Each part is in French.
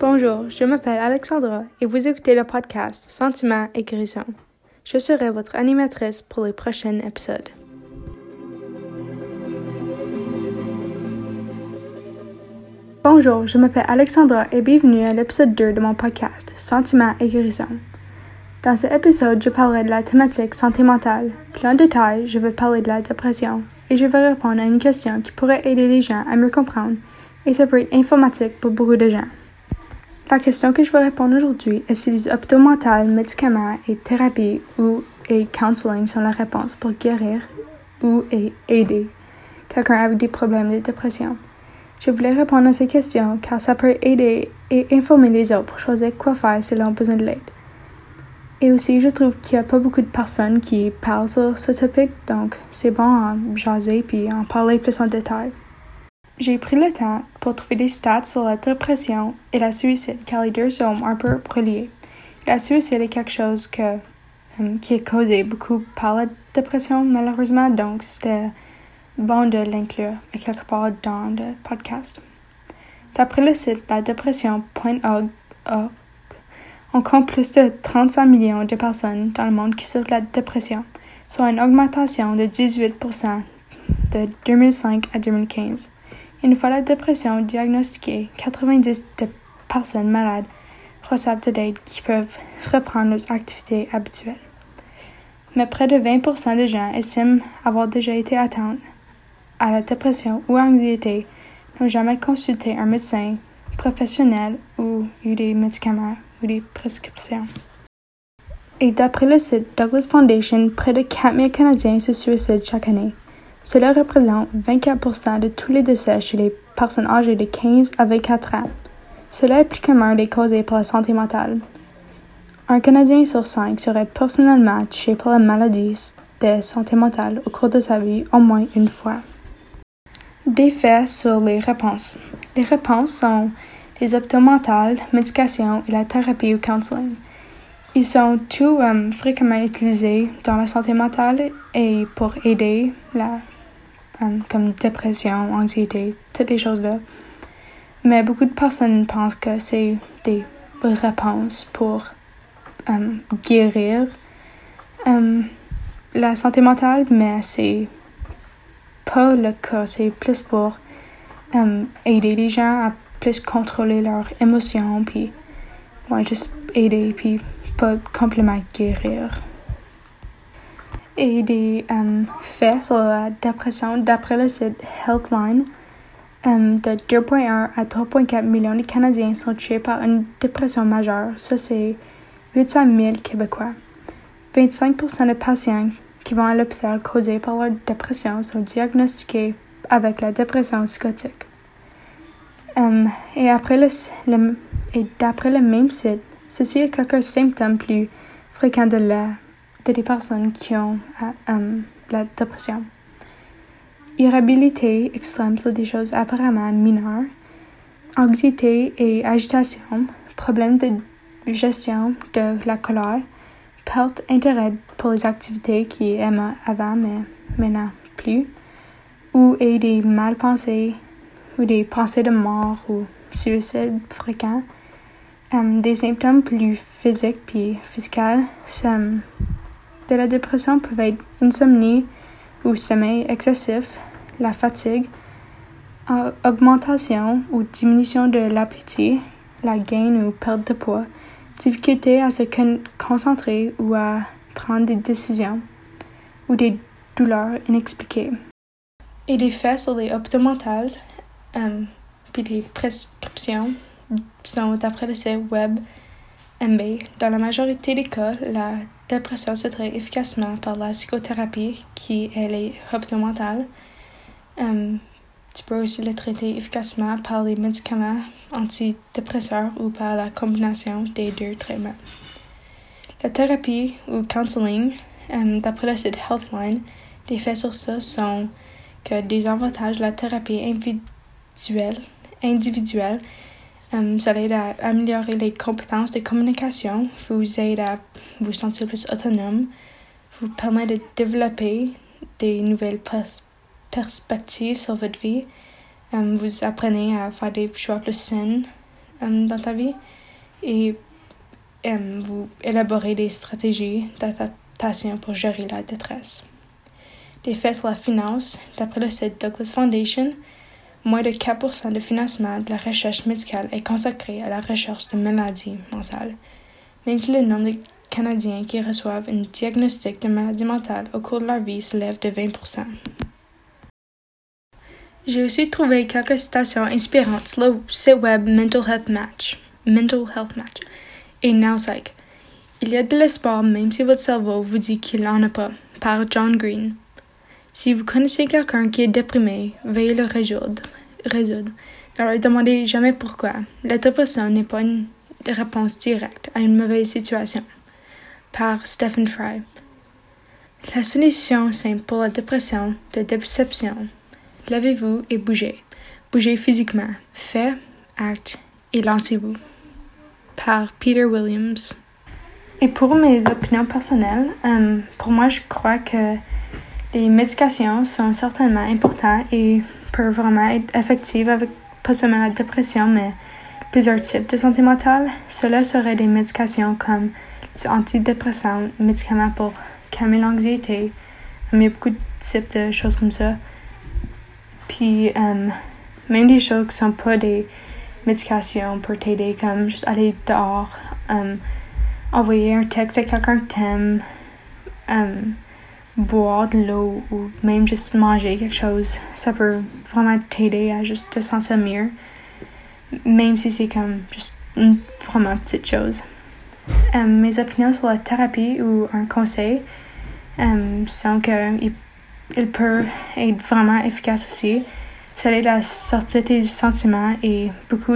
Bonjour, je m'appelle Alexandra et vous écoutez le podcast Sentiments et guérison. Je serai votre animatrice pour les prochains épisodes. Bonjour, je m'appelle Alexandra et bienvenue à l'épisode 2 de mon podcast Sentiments et guérison. Dans cet épisode, je parlerai de la thématique santé mentale. Plus en détail, je vais parler de la dépression et je vais répondre à une question qui pourrait aider les gens à mieux comprendre et ça peut être informatique pour beaucoup de gens. La question que je vais répondre aujourd'hui est si les hôpitaux mentaux, médicaments et thérapies et counseling sont la réponse pour guérir ou aider quelqu'un avec des problèmes de dépression. Je voulais répondre à ces questions car ça peut aider et informer les autres pour choisir quoi faire s'ils ont besoin de l'aide. Et aussi, je trouve qu'il n'y a pas beaucoup de personnes qui parlent sur ce topic, donc c'est bon en jaser puis en parler plus en détail. J'ai pris le temps pour trouver des stats sur la dépression et la suicide, car les deux sont un peu reliés. La suicide est quelque chose qui est causé beaucoup par la dépression, malheureusement, donc c'était bon de l'inclure quelque part dans le podcast. D'après le site ladepression.org, on compte plus de 35 millions de personnes dans le monde qui souffrent de la dépression, soit une augmentation de 18% de 2005 à 2015. Une fois la dépression diagnostiquée, 90% de personnes malades reçoivent de l'aide qui peuvent reprendre leurs activités habituelles. Mais près de 20% de gens estiment avoir déjà été atteints à la dépression ou à l'anxiété, n'ont jamais consulté un médecin professionnel ou eu des médicaments ou des prescriptions. Et d'après le site Douglas Foundation, près de 4000 Canadiens se suicident chaque année. Cela représente 24% de tous les décès chez les personnes âgées de 15 à 24 ans. Cela est plus commun des causés par la santé mentale. Un Canadien sur 5 serait personnellement touché par la maladie de santé mentale au cours de sa vie au moins une fois. Des faits sur les réponses. Les réponses sont les hôpitaux mentaux, médication et la thérapie ou counseling. Ils sont tous fréquemment utilisés dans la santé mentale et pour aider comme dépression, anxiété, toutes les choses-là. Mais beaucoup de personnes pensent que c'est des réponses pour guérir la santé mentale, mais c'est pas le cas. C'est plus pour aider les gens à plus contrôler leurs émotions, puis juste aider, puis pas complètement guérir. Et des faits sur la dépression, d'après le site Healthline, de 2,1 à 3,4 millions de Canadiens sont touchés par une dépression majeure. Ça, c'est 800 000 Québécois. 25% des patients qui vont à l'hôpital causés par leur dépression sont diagnostiqués avec la dépression psychotique. Et d'après le même site, ceci est quelques symptômes plus fréquents de des personnes qui ont la dépression. Irritabilité extrême sur des choses apparemment mineures, anxiété et agitation, problèmes de gestion de la colère, perte d'intérêt pour les activités qu'ils aimaient avant mais maintenant plus, ou des mal-pensées ou des pensées de mort ou suicide fréquents. Des symptômes plus physiques puis physicaux de la dépression peuvent être insomnie ou sommeil excessif, la fatigue, augmentation ou diminution de l'appétit, la gaine ou perte de poids, difficulté à se concentrer ou à prendre des décisions, ou des douleurs inexpliquées. Et des faits sur les hôpitaux mentaux, puis des prescriptions sont d'après le site WebMD. Dans la majorité des cas, la dépression se traite efficacement par la psychothérapie, qui est les hôpitaux mentaux. Tu peux aussi le traiter efficacement par les médicaments antidépresseurs ou par la combinaison des deux traitements. La thérapie ou counseling, d'après le site Healthline, des faits sur ça sont que des avantages de la thérapie individuelle, ça aide à améliorer les compétences de communication, vous aide à vous sentir plus autonome, vous permet de développer des nouvelles perspectives sur votre vie, vous apprenez à faire des choix plus sains, dans ta vie et vous élaborez des stratégies d'adaptation pour gérer la détresse. Des faits sur la finance, d'après le site Douglas Foundation, moins de 4% de financement de la recherche médicale est consacré à la recherche de maladies mentales, même si le nombre de Canadiens qui reçoivent un diagnostic de maladie mentale au cours de leur vie s'élève de 20%. J'ai aussi trouvé quelques citations inspirantes sur le site web Mental Health Match et NowPsych. Il y a de l'espoir même si votre cerveau vous dit qu'il n'en a pas, par John Green. Si vous connaissez quelqu'un qui est déprimé, veuillez le résoudre. Ne leur demandez jamais pourquoi. La dépression n'est pas une réponse directe à une mauvaise situation. Par Stephen Fry. La solution simple pour la dépression, de déception. Levez-vous et bougez. Bougez physiquement. Fait, acte et lancez-vous. Par Peter Williams. Et pour mes opinions personnelles, pour moi, je crois que les médications sont certainement importantes et peuvent vraiment être effectives avec pas seulement la dépression, mais plusieurs types de santé mentale. Cela serait des médications comme les antidépresseurs, médicaments pour calmer l'anxiété. Il y a beaucoup de types de choses comme ça. Puis, même des choses qui ne sont pas des médications pour t'aider, comme juste aller dehors, envoyer un texte à quelqu'un que t'aimes, boire de l'eau ou même juste manger quelque chose, ça peut vraiment t'aider à juste te sentir mieux, même si c'est comme juste une vraiment petite chose. Mes opinions sur la thérapie ou un conseil sont qu'il peut être vraiment efficace aussi. Ça aide à sortir tes sentiments et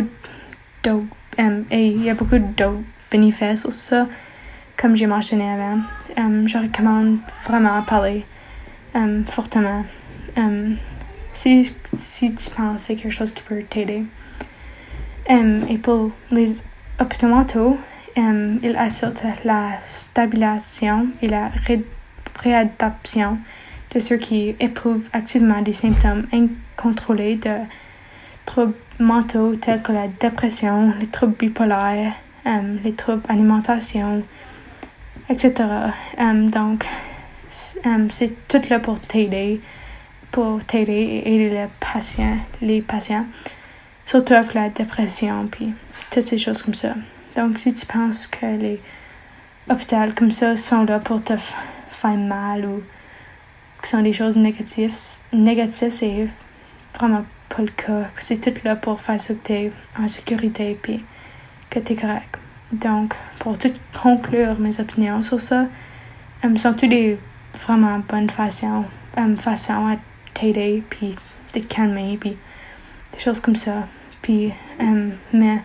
il y a beaucoup d'autres bénéfices sur ça, comme j'ai mentionné avant. Je recommande vraiment parler fortement si tu penses que c'est quelque chose qui peut t'aider. Et pour les hôpitaux mentaux, ils assurent la stabilisation et la réadaptation de ceux qui éprouvent activement des symptômes incontrôlés de troubles mentaux tels que la dépression, les troubles bipolaires, les troubles d'alimentation, etc. Donc, c'est tout là pour t'aider et aider les patients, surtout avec la dépression, puis toutes ces choses comme ça. Donc, si tu penses que les hôpitaux comme ça sont là pour te faire mal ou que sont des choses négatives, c'est vraiment pas le cas. C'est tout là pour faire sûr que t'es en sécurité puis que t'es correct. Donc, pour tout conclure mes opinions sur ça, sont toutes des vraiment bonnes façons à t'aider puis te calmer puis des choses comme ça. Puis, mais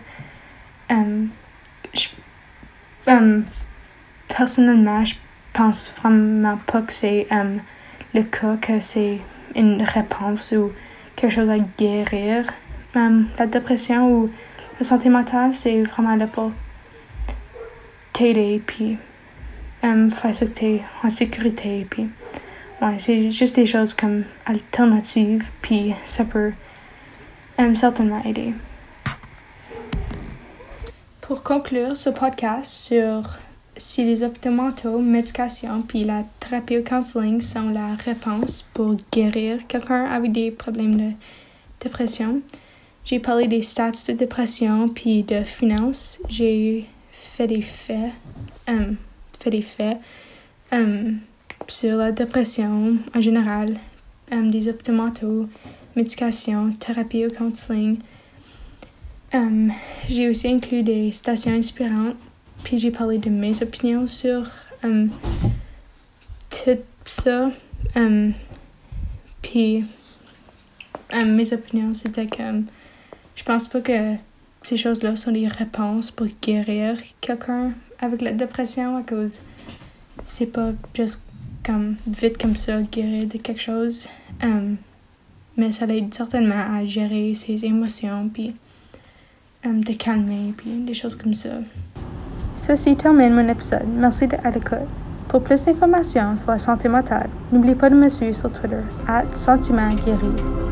personnellement, je pense vraiment pas que c'est le cas que c'est une réponse ou quelque chose à guérir. La dépression ou la santé mentale, c'est vraiment là pour t'aider puis faire ça que t'es en sécurité. Puis, ouais, c'est juste des choses comme alternatives puis ça peut certainement aider. Pour conclure ce podcast sur si les hôpitaux mentaux, médication puis la thérapie ou counseling sont la réponse pour guérir quelqu'un avec des problèmes de dépression, j'ai parlé des stats de dépression puis de finances. J'ai fait des faits sur la dépression en général, des hôpitaux mentaux, médication, thérapie ou counseling. J'ai aussi inclus des citations inspirantes, puis j'ai parlé de mes opinions sur tout ça. Puis mes opinions, c'était que je pense pas que ces choses-là sont des réponses pour guérir quelqu'un avec la dépression, à cause c'est pas juste comme vite comme ça guérir de quelque chose. Mais ça l'aide certainement à gérer ses émotions, puis de calmer, puis des choses comme ça. Ceci termine mon épisode. Merci à l'écoute. Pour plus d'informations sur la santé mentale, n'oubliez pas de me suivre sur Twitter @sentimentguéri.